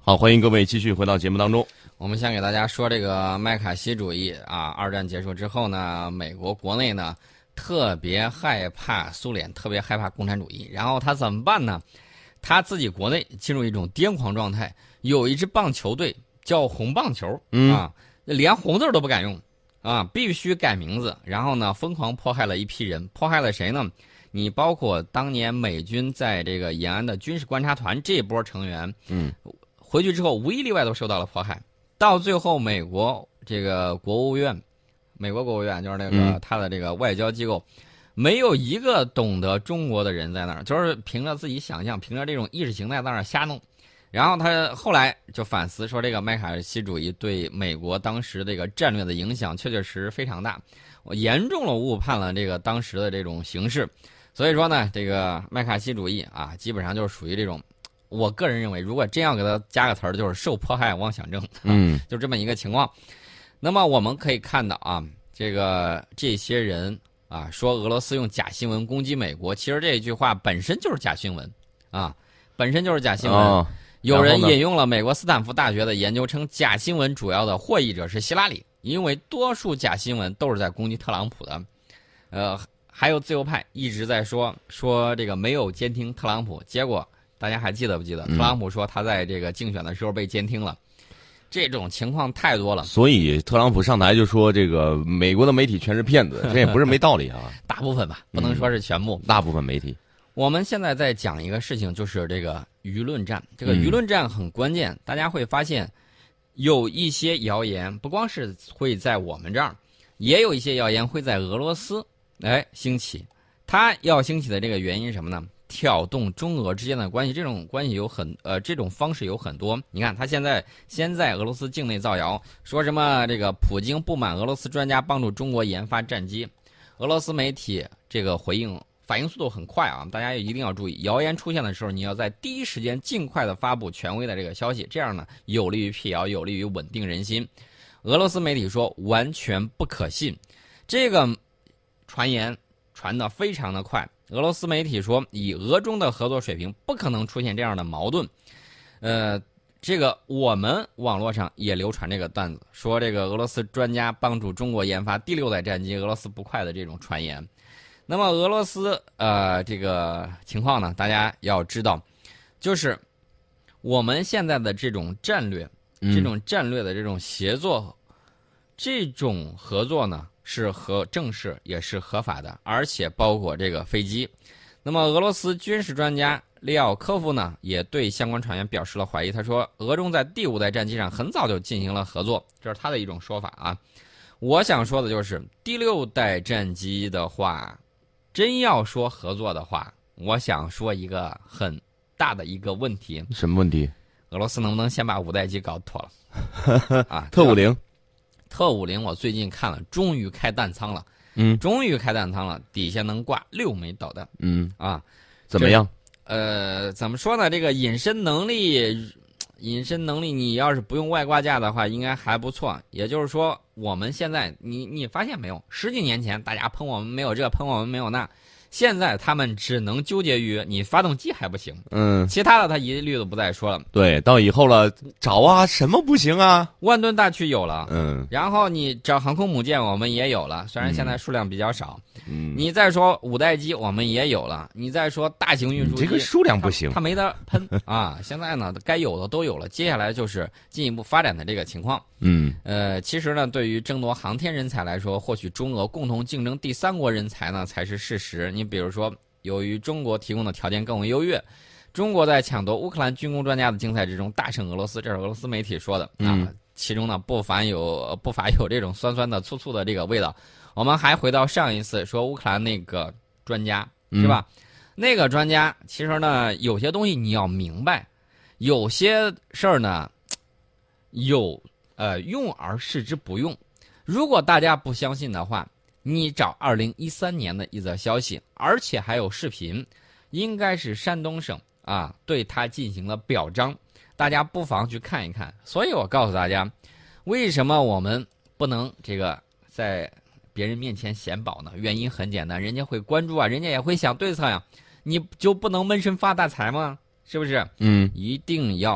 好，欢迎各位继续回到节目当中。 我们先给大家说这个麦卡锡主义啊，二战结束之后呢，美国国内呢特别害怕苏联，特别害怕共产主义，然后他怎么办呢？他自己国内进入一种癫狂状态，有一支棒球队叫红棒球啊，连红字都不敢用啊，必须改名字，然后呢疯狂迫害了一批人，迫害了谁呢？你包括当年美军在这个延安的军事观察团这波成员，回去之后无一例外都受到了迫害。到最后，美国这个国务院，美国国务院就是那个他的这个外交机构，没有一个懂得中国的人在那儿，就是凭着自己想象，凭着这种意识形态在那儿瞎弄。然后他后来就反思说，这个麦卡锡主义对美国当时这个战略的影响确实非常大，我严重了误判了这个当时的这种形势。所以说呢，这个麦卡锡主义啊，基本上就是属于这种。我个人认为，如果真要给他加个词儿，就是受迫害妄想症，就这么一个情况。那么我们可以看到啊，这些人啊说俄罗斯用假新闻攻击美国，其实这一句话本身就是假新闻啊，本身就是假新闻。有人引用了美国斯坦福大学的研究称，假新闻主要的获益者是希拉里，因为多数假新闻都是在攻击特朗普的。还有自由派一直在说这个没有监听特朗普，结果。大家还记得不记得？特朗普说他在这个竞选的时候被监听了，这种情况太多了。 所以特朗普上台就说这个美国的媒体全是骗子，这也不是没道理啊。 大部分吧，不能说是全部。 大部分媒体。 我们现在在讲一个事情，就是这个舆论战。这个舆论战很关键，大家会发现有一些谣言不光是会在我们这儿，也有一些谣言会在俄罗斯兴起。它要兴起的这个原因是什么呢？挑动中俄之间的关系，这种关系这种方式有很多。你看，他先在俄罗斯境内造谣，说什么这个普京不满俄罗斯专家帮助中国研发战机，俄罗斯媒体这个反应速度很快啊，大家也一定要注意，谣言出现的时候，你要在第一时间尽快的发布权威的这个消息，这样呢有利于辟谣，有利于稳定人心。俄罗斯媒体说完全不可信，这个传言传得非常的快。俄罗斯媒体说，以俄中的合作水平不可能出现这样的矛盾。这个我们网络上也流传这个段子，说这个俄罗斯专家帮助中国研发第6代战机，俄罗斯不快的这种传言。那么俄罗斯这个情况呢，大家要知道，就是我们现在的这种战略，这种战略的这种协作，这种合作呢。是正式也是合法的，而且包括这个飞机。那么俄罗斯军事专家列奥科夫呢，也对相关传言表示了怀疑。他说，俄中在第5代战机上很早就进行了合作，这是他的一种说法啊。我想说的就是第6代战机的话，真要说合作的话，我想说一个很大的一个问题。 什么问题？ 俄罗斯能不能先把5代机搞妥了？啊， 特50。 特50我最近看了，终于开弹舱了。终于开弹舱了，底下能挂6枚导弹。 怎么样？ 怎么说呢？这个隐身能力，你要是不用外挂架的话，应该还不错。也就是说，我们现在，你发现没有？10几年前大家喷我们没有这，喷我们没有那。现在他们只能纠结于你发动机还不行，其他的他一律都不再说了。 对，到以后了，找啊，什么不行啊？ 万吨大驱有了，然后你找航空母舰我们也有了，虽然现在数量比较少，你再说5代机我们也有了，你再说大型运输机， 这个数量不行， 它没得喷啊。现在呢，该有的都有了，接下来就是进一步发展的这个情况。其实呢，对于争夺航天人才来说，或许中俄共同竞争第3国人才呢才是事实。你比如说，由于中国提供的条件更为优越，中国在抢夺乌克兰军工专家的竞赛之中大胜俄罗斯，这是俄罗斯媒体说的啊。其中呢不乏有这种酸酸的、醋醋的这个味道。我们还回到上一次说乌克兰那个专家是吧？那个专家其实呢，有些东西你要明白，有些事儿呢有用而示之不用。如果大家不相信的话，你找2013年的一则消息，而且还有视频，应该是山东省啊对他进行了表彰，大家不妨去看一看。所以我告诉大家，为什么我们不能这个在别人面前显宝呢？原因很简单，人家会关注啊，人家也会想对策呀。你就不能闷声发大财吗？是不是？ 嗯， 一定要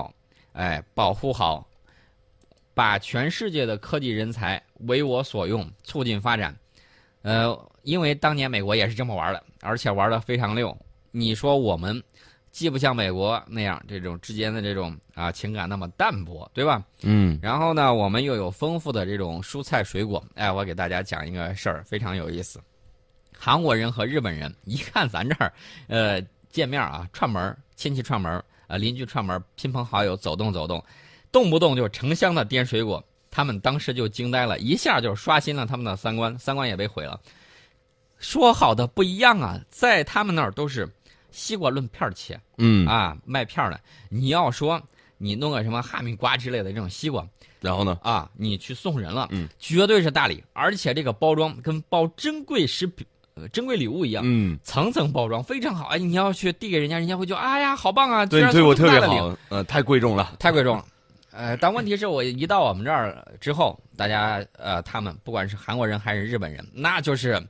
保护好，把全世界的科技人才为我所用，促进发展。因为当年美国也是这么玩的，而且玩的非常溜。你说我们既不像美国那样这种之间的这种情感那么淡薄，对吧？然后呢，我们又有丰富的这种蔬菜水果。我给大家讲一个事儿，非常有意思。韩国人和日本人一看咱这儿，见面串门，亲戚串门，邻居串门，亲朋好友走动走动，动不动就成箱的颠水果，他们当时就惊呆了，一下就刷新了他们的三观也被毁了。说好的不一样啊，在他们那儿都是西瓜论片切，卖片的。你要说你弄个什么哈密瓜之类的这种西瓜， 然后呢？ 你去送人了，绝对是大礼，而且这个包装跟包珍贵礼物一样，层层包装非常好。你要去递给人家，人家会觉得哎呀好棒啊， 对，对我特别好，太贵重了， 太贵重了。但问题是我一到我们这儿之后，大家他们不管是韩国人还是日本人，那就是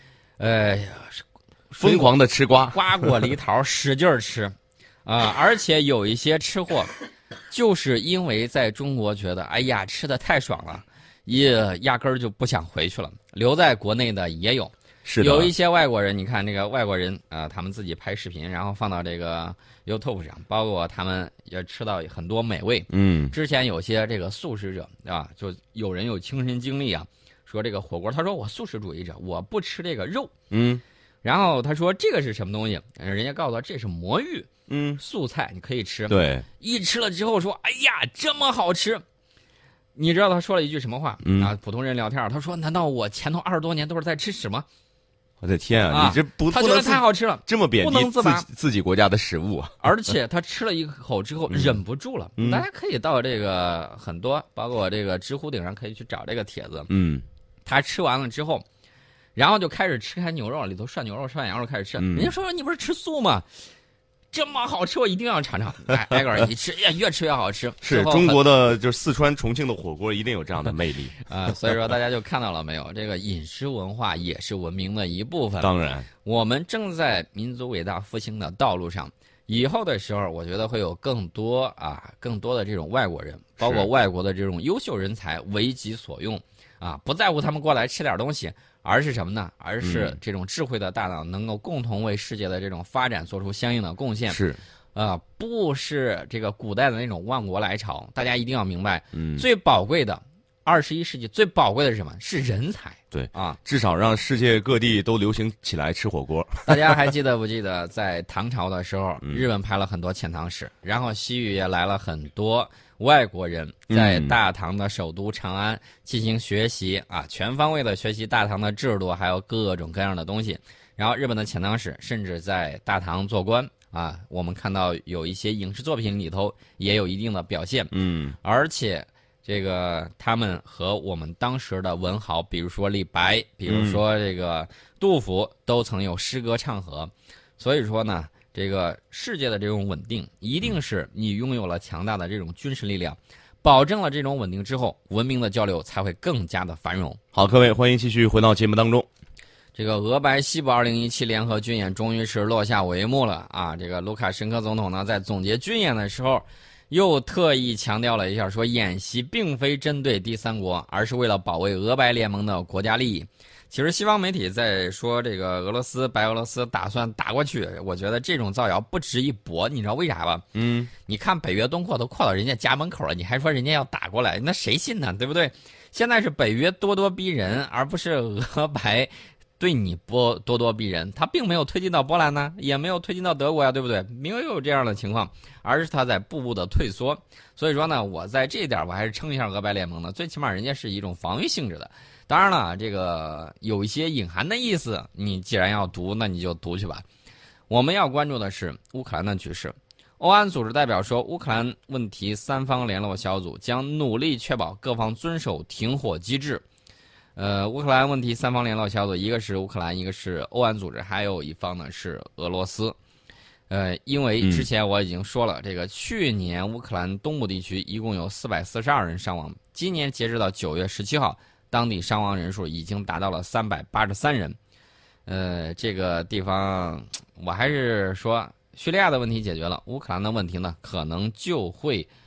疯狂的吃瓜果梨桃使劲儿吃而且有一些吃货就是因为在中国觉得哎呀吃的太爽了，压根儿就不想回去了，留在国内的也有。 是的， 有一些外国人，你看那个外国人他们自己拍视频，然后放到这个 YouTube 上，包括他们也吃到很多美味。之前有些这个素食者就有人有亲身经历说这个火锅，他说我素食主义者，我不吃这个肉。然后他说这个是什么东西？人家告诉他这是魔芋。素菜你可以吃。 对， 一吃了之后说，哎呀，这么好吃。你知道他说了一句什么话？普通人聊天，他说：“难道我前头20多年都是在吃屎吗？” 我的天啊！你这他觉得太好吃了， 这么贬低自己国家的食物。 而且他吃了一口之后忍不住了。大家可以到这个很多，包括这个知乎顶上可以去找这个帖子。他吃完了之后，然后就开始吃开牛肉，里头涮牛肉、涮羊肉开始吃。人家说你不是吃素吗？这么好吃，我一定要尝尝。挨个一吃，越吃越好吃。 是中国的，就是四川、重庆的火锅一定有这样的魅力所以说大家就看到了没有，这个饮食文化也是文明的一部分。 当然， 我们正在民族伟大复兴的道路上。以后的时候，我觉得会有更多的这种外国人，包括外国的这种优秀人才为己所用不在乎他们过来吃点东西。而是什么呢？而是这种智慧的大脑能够共同为世界的这种发展做出相应的贡献。 是， 不是这个古代的那种万国来朝。大家一定要明白，最宝贵的21世纪最宝贵的是什么？是人才。 对至少让世界各地都流行起来吃火锅。 大家还记得不记得，在唐朝的时候，日本派了很多遣唐使，然后西域也来了很多外国人，在大唐的首都长安进行学习全方位的学习大唐的制度，还有各种各样的东西。然后日本的遣唐使甚至在大唐做官我们看到有一些影视作品里头也有一定的表现。而且这个他们和我们当时的文豪，比如说李白，比如说这个杜甫，都曾有诗歌唱和。所以说呢，这个世界的这种稳定，一定是你拥有了强大的这种军事力量，保证了这种稳定之后，文明的交流才会更加的繁荣。 好，各位欢迎继续回到节目当中。 这个俄白西部2017联合军演终于是落下帷幕了这个卢卡申科总统呢，在总结军演的时候，又特意强调了一下，说演习并非针对第三国，而是为了保卫俄白联盟的国家利益。其实西方媒体在说这个白俄罗斯打算打过去，我觉得这种造谣不值一驳。你知道为啥吧？你看北约东扩都扩到人家家门口了，你还说人家要打过来，那谁信呢？对不对？现在是北约咄咄逼人，而不是俄白对你咄咄逼人。他并没有推进到波兰呢，也没有推进到德国呀，对不对？没有这样的情况，而是他在步步的退缩。所以说呢，我在这一点我还是称一下俄白联盟的，最起码人家是一种防御性质的。当然了，这个有一些隐含的意思，你既然要读，那你就读去吧。我们要关注的是乌克兰的局势。欧安组织代表说，乌克兰问题三方联络小组将努力确保各方遵守停火机制。乌克兰问题三方联络小组，一个是乌克兰，一个是欧安组织，还有一方呢是俄罗斯。因为之前我已经说了，这个去年乌克兰东部地区一共有442人伤亡，今年截止到9月17号，当地伤亡人数已经达到了383人。这个地方我还是说，叙利亚的问题解决了，乌克兰的问题呢，可能就会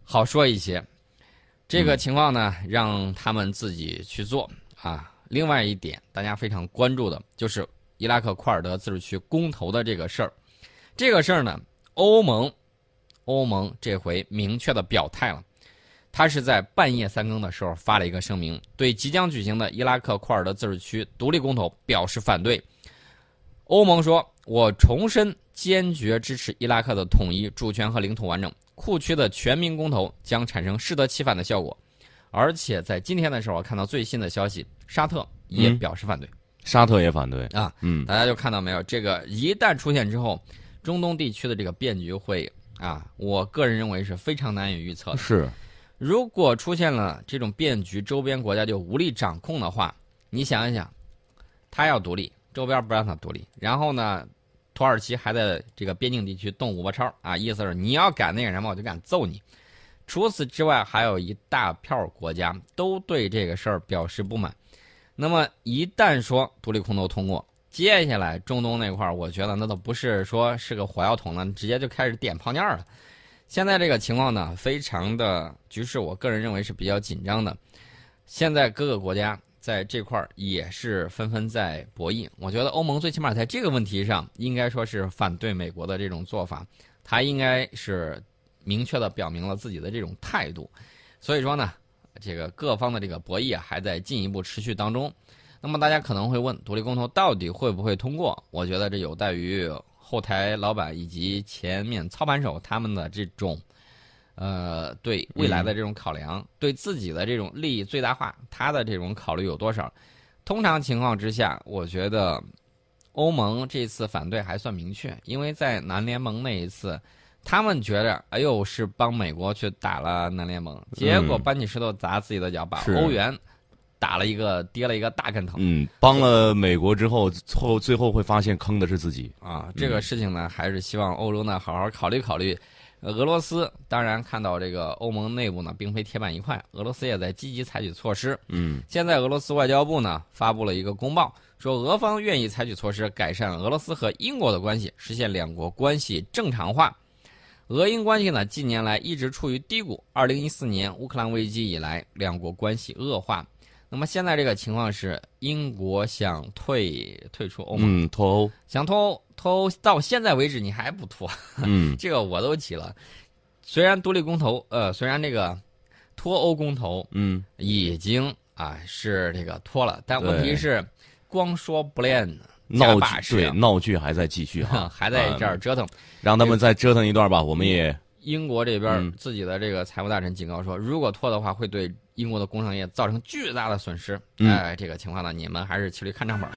好说一些。这个情况呢，让他们自己去做啊。另外一点，大家非常关注的就是伊拉克库尔德自治区公投的这个事儿。这个事儿呢，欧盟这回明确的表态了，他是在半夜3更的时候发了一个声明，对即将举行的伊拉克库尔德自治区独立公投表示反对。欧盟说，我重申坚决支持伊拉克的统一、主权和领土完整。库区的全民公投将产生适得其反的效果。而且在今天的时候，我看到最新的消息，沙特也表示反对。 沙特也反对啊，大家就看到没有？这个一旦出现之后，中东地区的这个变局会啊，我个人认为是非常难以预测的。 是， 如果出现了这种变局，周边国家就无力掌控的话，你想一想，他要独立，周边不让他独立，然后呢，土耳其还在这个边境地区动五八超啊，意思是你要敢那个什么，我就敢揍你。除此之外，还有一大票国家都对这个事儿表示不满。那么一旦说独立公投通过，接下来中东那块儿，我觉得那都不是说是个火药桶了，直接就开始点泡尿了。现在这个情况呢，非常的局势，我个人认为是比较紧张的。现在各个国家在这块儿也是纷纷在博弈。我觉得欧盟最起码在这个问题上，应该说是反对美国的这种做法，他应该是明确的表明了自己的这种态度。所以说呢，这个各方的这个博弈啊，还在进一步持续当中。那么大家可能会问，独立公投到底会不会通过？我觉得这有待于后台老板以及前面操盘手他们的这种对未来的这种考量，对自己的这种利益最大化，他的这种考虑有多少？通常情况之下，我觉得欧盟这次反对还算明确，因为在南联盟那一次，他们觉着哎呦是帮美国去打了南联盟，结果搬起石头砸自己的脚，把欧元跌了一个大跟头。 帮了美国之后，最后会发现坑的是自己啊。这个事情呢，还是希望欧洲呢好好考虑考虑。俄罗斯当然看到这个欧盟内部呢并非铁板一块，俄罗斯也在积极采取措施。现在俄罗斯外交部呢发布了一个公报，说俄方愿意采取措施改善俄罗斯和英国的关系，实现两国关系正常化。俄英关系呢近年来一直处于低谷，2014年乌克兰危机以来，两国关系恶化。那么现在这个情况是，英国想退出欧盟， 脱欧， 想脱欧，到现在为止你还不脱，这个我都急了。虽然独立公投，虽然这个脱欧公投，已经是这个脱了，但问题是光说不练， 闹剧还在继续哈， 还在这儿折腾， 让他们再折腾一段吧。我们也英国这边自己的这个财务大臣警告说，如果脱的话，会对英国的工商业造成巨大的损失。这个情况呢，你们还是骑驴看账本。